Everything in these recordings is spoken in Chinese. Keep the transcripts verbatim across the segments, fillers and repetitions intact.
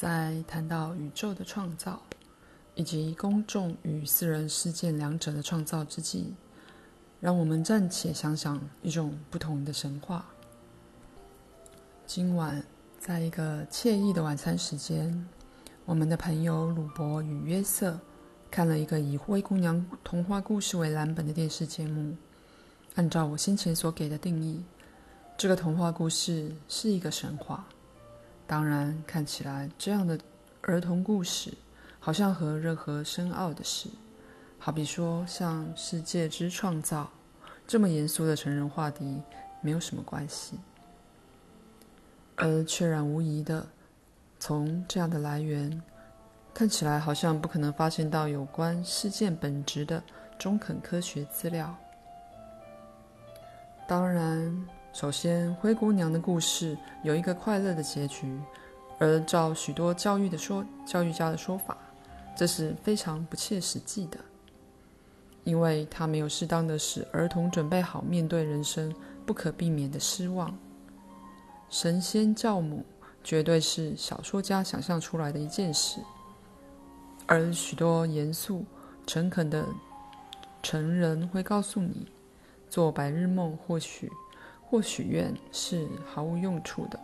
在谈到宇宙的创造，以及公众与私人事件两者的创造之际，让我们暂且想想一种不同的神话。今晚，在一个惬意的晚餐时间，我们的朋友鲁伯与约瑟看了一个以灰姑娘童话故事为蓝本的电视节目。按照我先前所给的定义，这个童话故事是一个神话。当然，看起来这样的儿童故事好像和任何深奥的事，好比说像世界之创造这么严肃的成人话题没有什么关系。而确然无疑的，从这样的来源看起来好像不可能发现到有关事件本质的中肯科学资料。当然，首先灰姑娘的故事有一个快乐的结局，而照许多教育的说教育家的说法，这是非常不切实际的，因为它没有适当的使儿童准备好面对人生不可避免的失望。神仙教母绝对是小说家想象出来的一件事，而许多严肃诚恳的成人会告诉你，做白日梦或许或许愿是毫无用处的。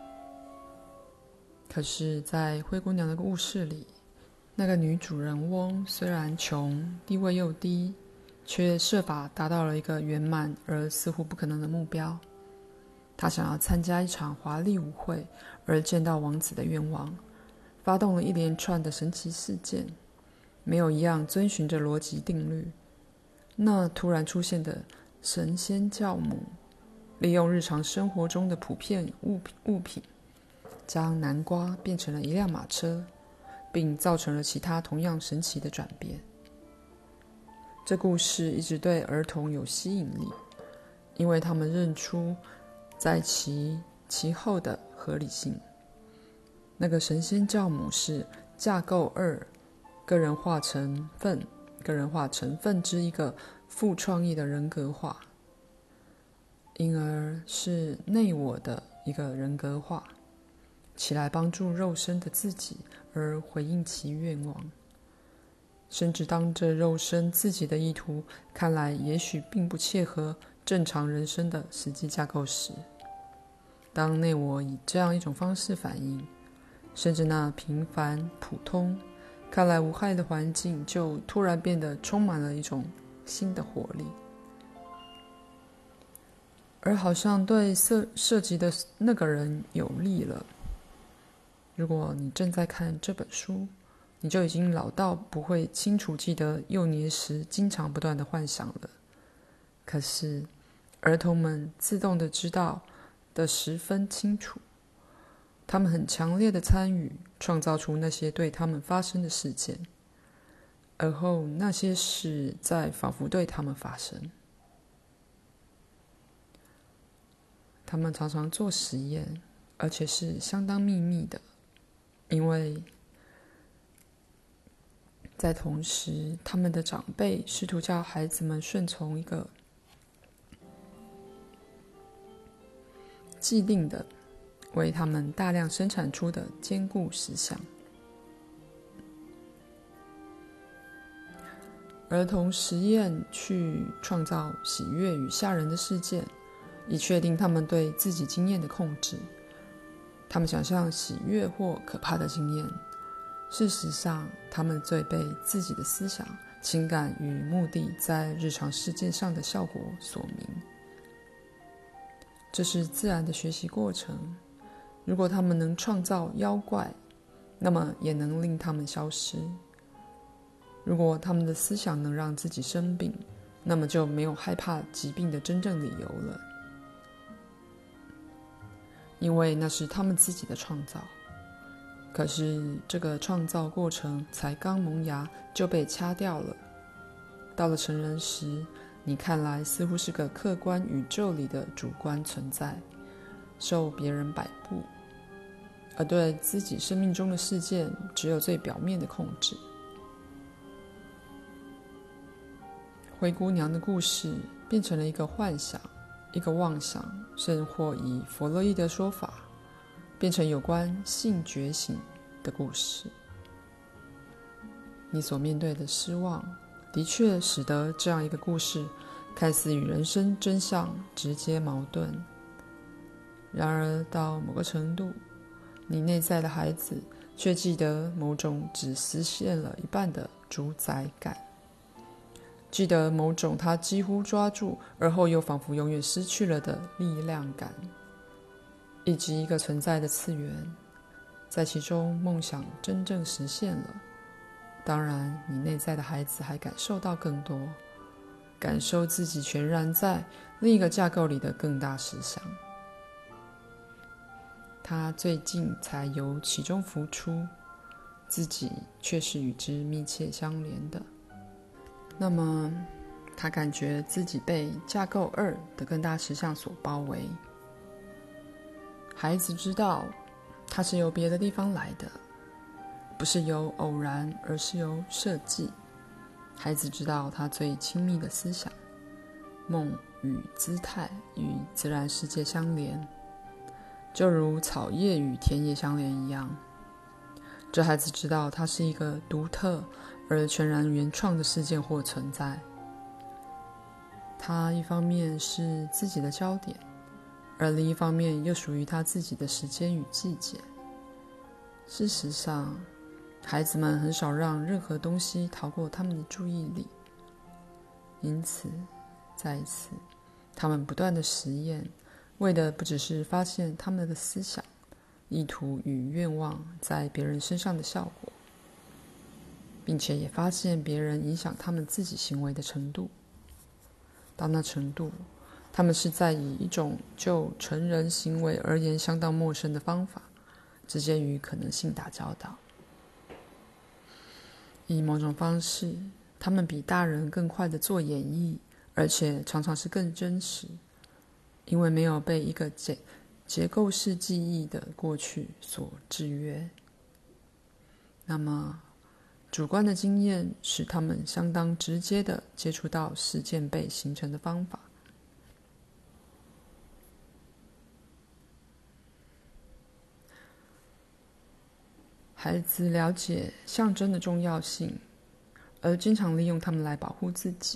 可是在灰姑娘的故事里，那个女主人翁虽然穷，地位又低，却设法达到了一个圆满而似乎不可能的目标。她想要参加一场华丽舞会而见到王子的愿望，发动了一连串的神奇事件，没有一样遵循着逻辑定律。那突然出现的神仙教母，利用日常生活中的普遍物品物品将南瓜变成了一辆马车，并造成了其他同样神奇的转变。这故事一直对儿童有吸引力，因为他们认出在其其后的合理性。那个神仙教母是架构二个人化成分个人化成分之一个富创意的人格化，因而是内我的一个人格化，起来帮助肉身的自己而回应其愿望。甚至当这肉身自己的意图看来也许并不切合正常人生的实际架构时，当内我以这样一种方式反应，甚至那平凡普通看来无害的环境就突然变得充满了一种新的活力，而好像对涉涉及的那个人有利了。如果你正在看这本书，你就已经老到不会清楚记得幼年时经常不断的幻想了。可是儿童们自动的知道的十分清楚，他们很强烈的参与创造出那些对他们发生的事件，而后那些事在仿佛对他们发生。他们常常做实验，而且是相当秘密的，因为在同时他们的长辈试图叫孩子们顺从一个既定的为他们大量生产出的坚固实相。儿童实验去创造喜悦与吓人的事件，以确定他们对自己经验的控制。他们想象喜悦或可怕的经验，事实上他们最被自己的思想、情感与目的在日常事件上的效果所迷。这是自然的学习过程。如果他们能创造妖怪，那么也能令他们消失。如果他们的思想能让自己生病，那么就没有害怕疾病的真正理由了，因为那是他们自己的创造。可是这个创造过程才刚萌芽就被掐掉了。到了成人时，你看来似乎是个客观宇宙里的主观存在，受别人摆布，而对自己生命中的事件只有最表面的控制。灰姑娘的故事变成了一个幻想，一个妄想，甚或以弗洛伊德说法，变成有关性觉醒的故事。你所面对的失望，的确使得这样一个故事看似与人生真相直接矛盾。然而到某个程度，你内在的孩子却记得某种只实现了一半的主宰感，记得某种他几乎抓住而后又仿佛永远失去了的力量感，以及一个存在的次元，在其中梦想真正实现了。当然，你内在的孩子还感受到更多，感受自己全然在另一个架构里的更大实相。他最近才由其中浮出，自己却是与之密切相连的。那么，他感觉自己被架构二的更大实相所包围。孩子知道，他是由别的地方来的，不是由偶然，而是由设计。孩子知道他最亲密的思想、梦与姿态与自然世界相连，就如草叶与田野相连一样。这孩子知道他是一个独特而全然原创的事件或存在。他一方面是自己的焦点，而另一方面又属于他自己的时间与季节。事实上，孩子们很少让任何东西逃过他们的注意力，因此再一次他们不断的实验，为的不只是发现他们的思想、意图与愿望在别人身上的效果，并且也发现别人影响他们自己行为的程度。到那程度，他们是在以一种就成人行为而言相当陌生的方法，直接与可能性打交道。以某种方式，他们比大人更快地做演绎，而且常常是更真实，因为没有被一个结结构式记忆的过去所制约。那么，主观的经验使他们相当直接地接触到事件被形成的方法。孩子了解象征的重要性，而经常利用它们来保护自己，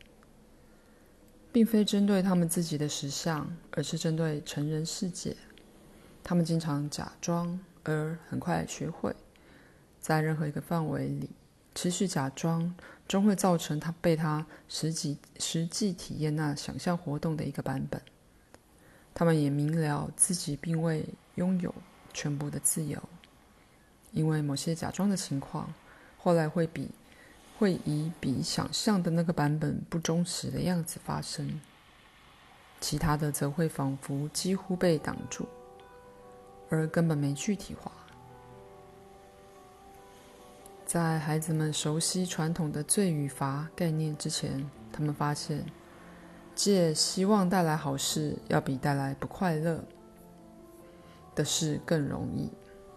并非针对他们自己的实相，而是针对成人世界。他们经常假装，而很快学会在任何一个范围里持续假装，终会造成他被他实际实际体验那想象活动的一个版本。他们也明了自己并未拥有全部的自由，因为某些假装的情况后来会比会以比想象的那个版本不忠实的样子发生，其他的则会仿佛几乎被挡住，而根本没具体化。在孩子们熟悉传统的罪与罚概念之前，他们发现借希望带来好事要比带来不快乐的事更容易。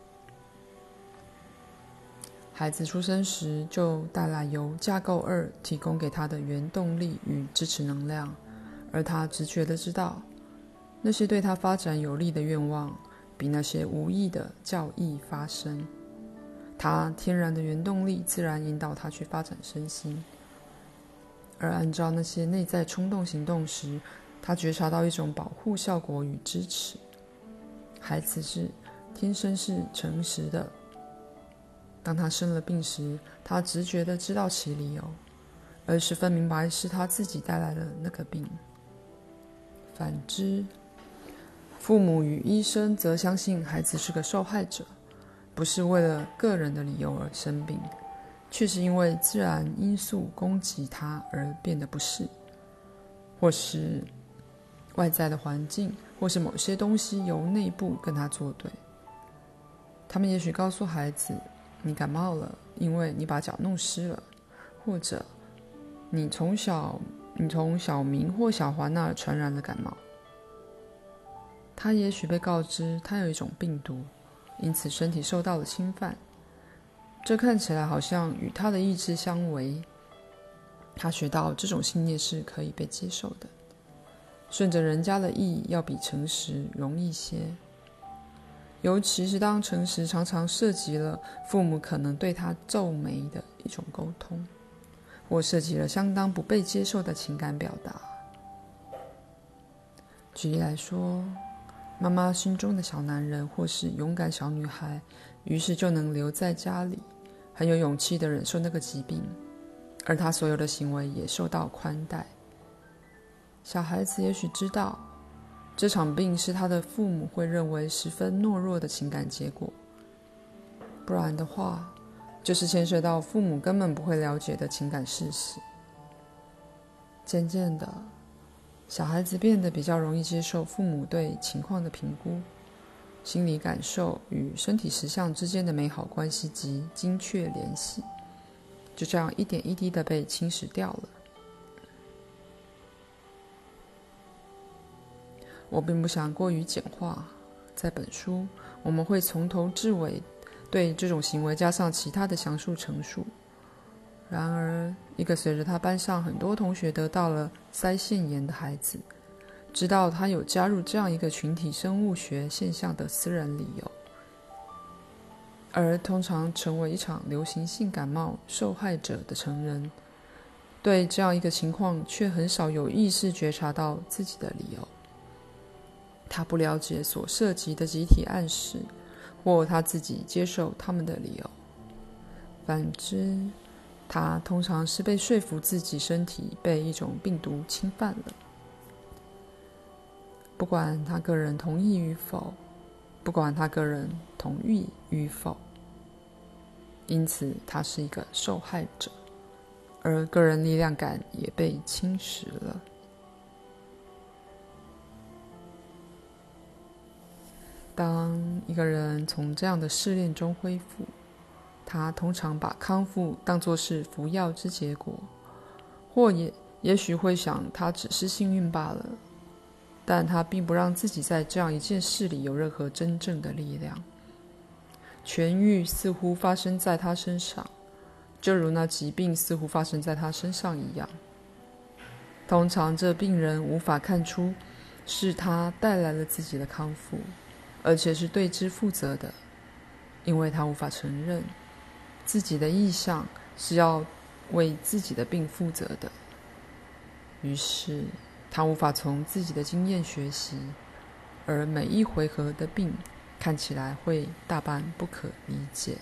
孩子出生时就带来由架构二提供给他的原动力与支持能量，而他直觉地知道，那些对他发展有利的愿望比那些无益的较易发生。他天然的原动力自然引导他去发展身心，而按照那些内在冲动行动时，他觉察到一种保护效果与支持。孩子是天生是诚实的，当他生了病时，他直觉地知道其理由，而十分明白是他自己带来的那个病。反之，父母与医生则相信孩子是个受害者，不是为了个人的理由而生病，却是因为自然因素攻击他而变得不适，或是外在的环境，或是某些东西由内部跟他作对。他们也许告诉孩子，你感冒了，因为你把脚弄湿了，或者你从小你从小明或小华那儿传染了感冒。他也许被告知他有一种病毒，因此身体受到了侵犯，这看起来好像与他的意志相违。他学到这种信念是可以被接受的，顺着人家的意要比诚实容易些。 尤其是当诚实常常涉及了父母可能对他皱眉的一种沟通，或涉及了相当不被接受的情感表达。举例来说，妈妈心中的小男人或是勇敢小女孩，于是就能留在家里，很有勇气地忍受那个疾病，而他所有的行为也受到宽待。小孩子也许知道这场病是他的父母会认为十分懦弱的情感结果，不然的话，就是牵涉到父母根本不会了解的情感事实。渐渐的，小孩子变得比较容易接受父母对情况的评估，心理感受与身体实相之间的美好关系及精确联系，就这样一点一滴的被侵蚀掉了。我并不想过于简化，在本书我们会从头至尾对这种行为加上其他的详述陈述。然而，一个随着他班上很多同学得到了腮腺炎的孩子，知道他有加入这样一个群体生物学现象的私人理由，而通常成为一场流行性感冒受害者的成人，对这样一个情况却很少有意识觉察到自己的理由。他不了解所涉及的集体暗示，或他自己接受他们的理由。反之，他通常是被说服自己身体被一种病毒侵犯了。不管他个人同意与否，不管他个人同意与否，因此他是一个受害者，而个人力量感也被侵蚀了。当一个人从这样的试炼中恢复，他通常把康复当作是服药之结果，或也也许会想他只是幸运罢了，但他并不让自己在这样一件事里有任何真正的力量。痊愈似乎发生在他身上，就如那疾病似乎发生在他身上一样。通常这病人无法看出是他带来了自己的康复，而且是对之负责的，因为他无法承认自己的意向是要为自己的病负责的。于是他无法从自己的经验学习，而每一回合的病看起来会大半不可理解。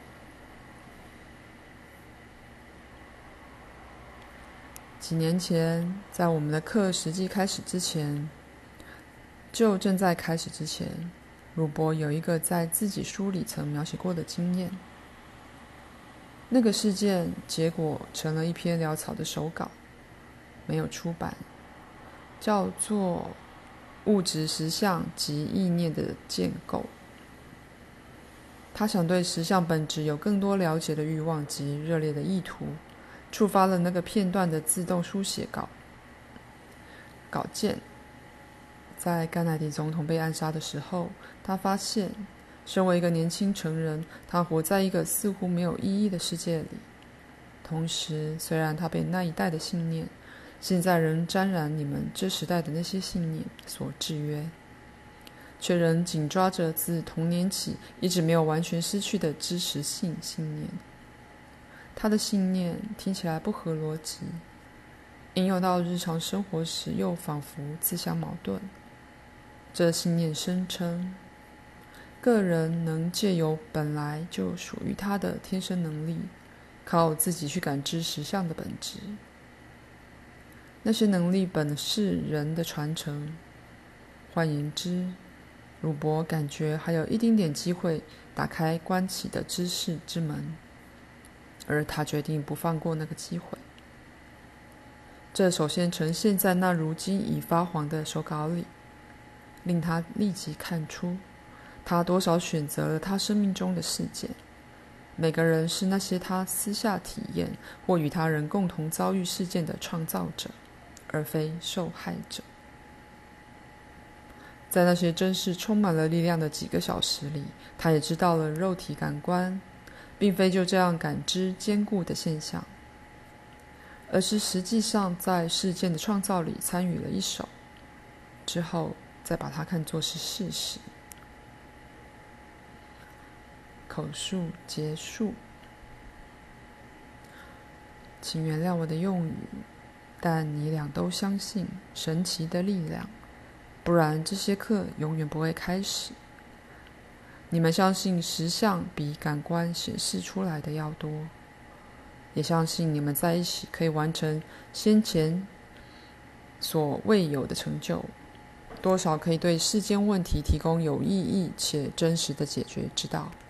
几年前，在我们的课实际开始之前，就正在开始之前，鲁伯有一个在自己书里曾描写过的经验。那个事件结果成了一篇潦草的手稿，没有出版，叫做《物质实相及意念的建构》。他想对实相本质有更多了解的欲望及热烈的意图，触发了那个片段的自动书写稿稿件。在甘乃迪总统被暗杀的时候，他发现身为一个年轻成人，他活在一个似乎没有意义的世界里。同时，虽然他被那一代的信念，现在仍沾染你们这时代的那些信念所制约，却仍紧抓着自童年起一直没有完全失去的支持性信念。他的信念听起来不合逻辑，应用到日常生活时又仿佛自相矛盾。这信念声称，个人能借由本来就属于他的天生能力，靠自己去感知实相的本质。那些能力本是人的传承。换言之，鲁伯感觉还有一丁点机会打开关起的知识之门，而他决定不放过那个机会。这首先呈现在那如今已发黄的手稿里，令他立即看出他多少选择了他生命中的事件。每个人是那些他私下体验或与他人共同遭遇事件的创造者，而非受害者。在那些真是充满了力量的几个小时里，他也知道了肉体感官并非就这样感知坚固的现象，而是实际上在事件的创造里参与了一手，之后再把它看作是事实。 口述结束。请原谅我的用语，但你俩都相信神奇的力量，不然这些课永远不会开始。你们相信实相比感官显示出来的要多，也相信你们在一起可以完成先前所未有的成就，多少可以对世间问题提供有意义且真实的解决之道。